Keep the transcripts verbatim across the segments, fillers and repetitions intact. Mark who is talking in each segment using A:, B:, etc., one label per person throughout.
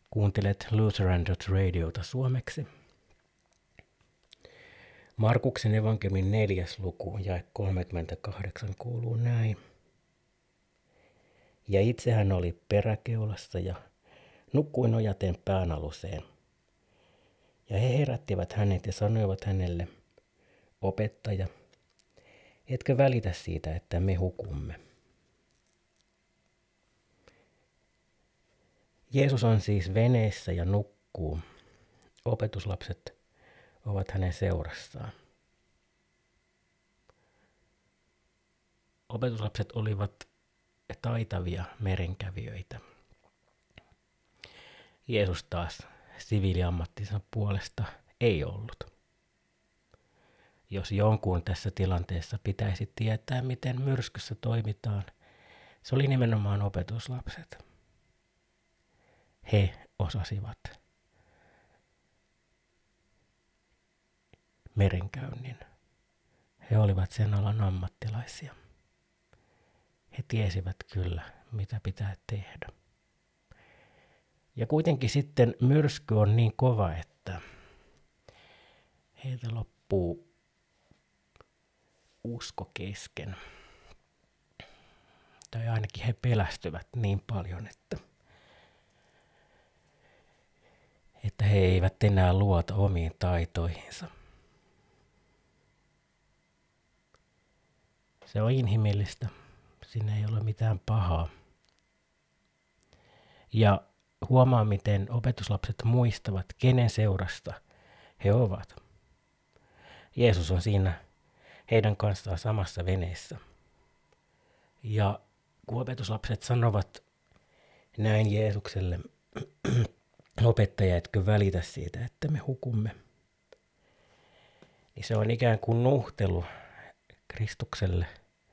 A: Kuuntelet Lutheran Radiota suomeksi. Markuksen evankeliumin neljäs luku, jae kolmekymmentäkahdeksan kuuluu näin. Ja itse hän oli peräkeulassa ja nukkui nojaten päänaluseen. Ja he herättivät hänet ja sanoivat hänelle, opettaja, etkö välitä siitä, että me hukumme? Jeesus on siis veneessä ja nukkuu. Opetuslapset ovat hänen seurassaan. Opetuslapset olivat taitavia merenkävijöitä. Jeesus taas siviiliammattinsa puolesta ei ollut. Jos jonkun tässä tilanteessa pitäisi tietää, miten myrskyssä toimitaan, se oli nimenomaan opetuslapset. He osasivat merenkäynnin. He olivat sen alan ammattilaisia. He tiesivät kyllä, mitä pitää tehdä. Ja kuitenkin sitten myrsky on niin kova, että heiltä loppuu usko kesken. Tai ainakin he pelästyvät niin paljon, että, että he eivät enää luota omiin taitoihinsa. Se on inhimillistä. Siinä ei ole mitään pahaa. Ja huomaa, miten opetuslapset muistavat, kenen seurasta he ovat. Jeesus on siinä heidän kanssaan samassa veneessä. Ja kun opetuslapset sanovat näin Jeesukselle, opettaja, etkö välitä siitä, että me hukumme, niin se on ikään kuin nuhtelu Kristukselle.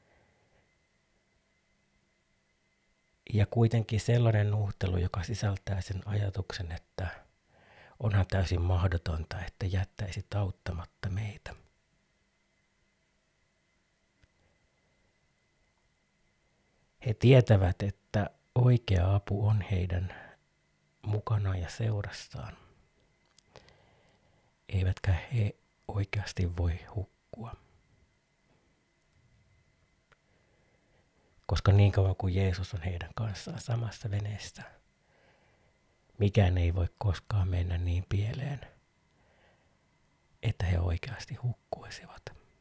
A: Ja kuitenkin sellainen nuhtelu, joka sisältää sen ajatuksen, että onhan täysin mahdotonta, että jättäisit auttamatta meitä. He tietävät, että oikea apu on heidän mukana ja seurassaan. Eivätkä he oikeasti voi hukkua. Koska niin kauan kuin Jeesus on heidän kanssaan samassa veneessä, mikään ei voi koskaan mennä niin pieleen, että he oikeasti hukkuisivat.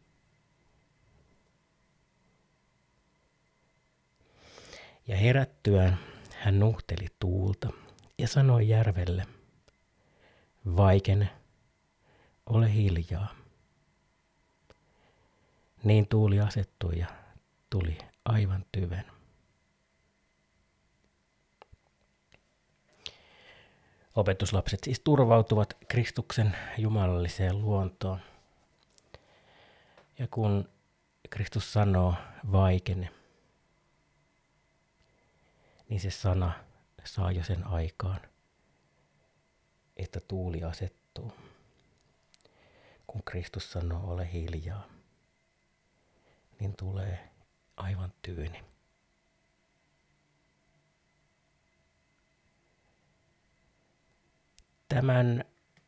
A: Ja herättyään hän nuhteli tuulta ja sanoi järvelle, vaikene, ole hiljaa. Niin tuuli asettui ja tuli aivan tyven. Opetuslapset siis turvautuvat Kristuksen jumalalliseen luontoon. Ja kun Kristus sanoo vaikene, niin se sana saa jo sen aikaan, että tuuli asettuu. Kun Kristus sanoo ole hiljaa, niin tulee aivan tyyni. Tämän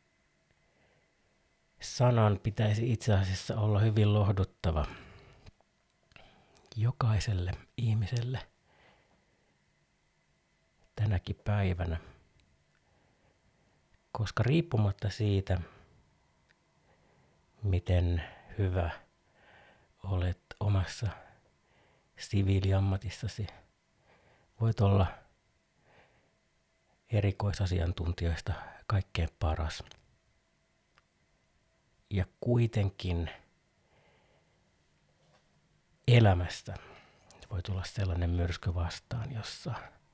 A: sanan pitäisi itse asiassa olla hyvin lohduttava jokaiselle ihmiselle tänäkin päivänä, koska riippumatta siitä, miten hyvä olet omassa siviiliammatissasi, voit olla erikoisasiantuntijoista kaikkein paras. Ja kuitenkin elämästä voi tulla sellainen myrsky vastaan, jossa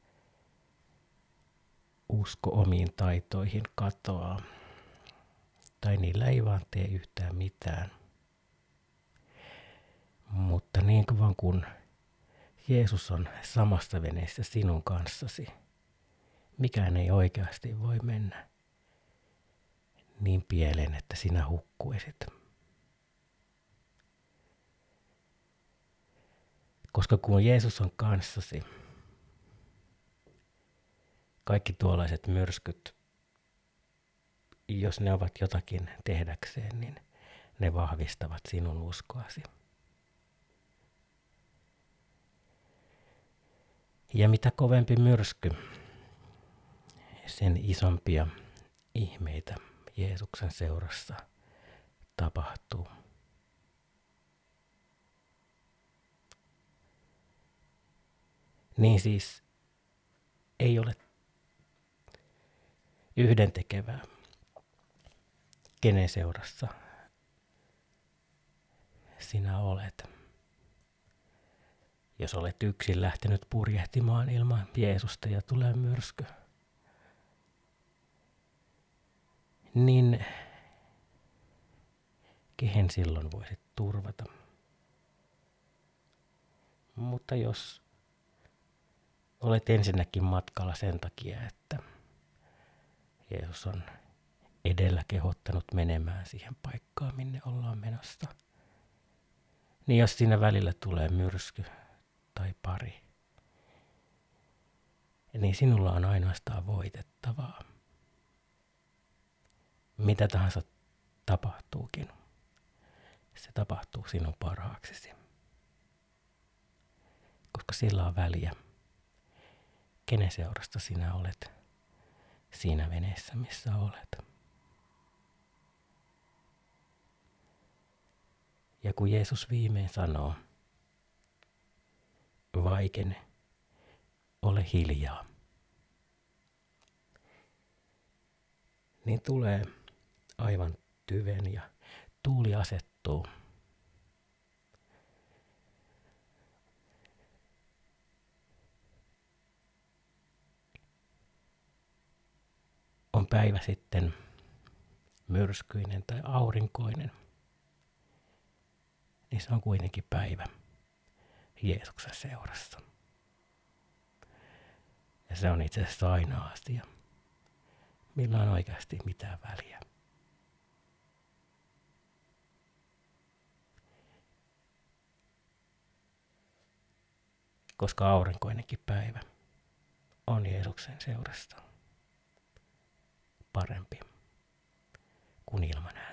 A: usko omiin taitoihin katoaa. Tai niillä ei vaan tee yhtään mitään. Mutta niin kauan kun Jeesus on samassa veneessä sinun kanssasi, mikään ei oikeasti voi mennä niin pieleen, että sinä hukkuisit. Koska kun Jeesus on kanssasi, kaikki tuollaiset myrskyt, jos ne ovat jotakin tehdäkseen, niin ne vahvistavat sinun uskoasi. Ja mitä kovempi myrsky, sen isompia ihmeitä Jeesuksen seurassa tapahtuu. Niin siis ei ole yhdentekevää, kenen seurassa sinä olet. Jos olet yksin lähtenyt purjehtimaan ilman Jeesusta ja tulee myrsky, niin kehen silloin voisit turvata? Mutta jos olet ensinnäkin matkalla sen takia, että Jeesus on edellä kehottanut menemään siihen paikkaan, minne ollaan menossa, niin jos siinä välillä tulee myrsky tai pari, niin sinulla on ainoastaan voitettavaa. Mitä tahansa tapahtuukin, se tapahtuu sinun parhaaksesi. Koska sillä on väliä, kenen seurasta sinä olet siinä veneessä, missä olet. Ja kun Jeesus viimein sanoo, vaikene, ole hiljaa, niin tulee aivan tyven ja tuuli asettuu. On päivä sitten myrskyinen tai aurinkoinen, niin se on kuitenkin päivä Jeesuksen seurassa. Ja se on itse asiassa ainoa asia, millä on oikeasti mitään väliä. Koska aurinkoinenkin päivä on Jeesuksen seurasta parempi kuin ilman häntä.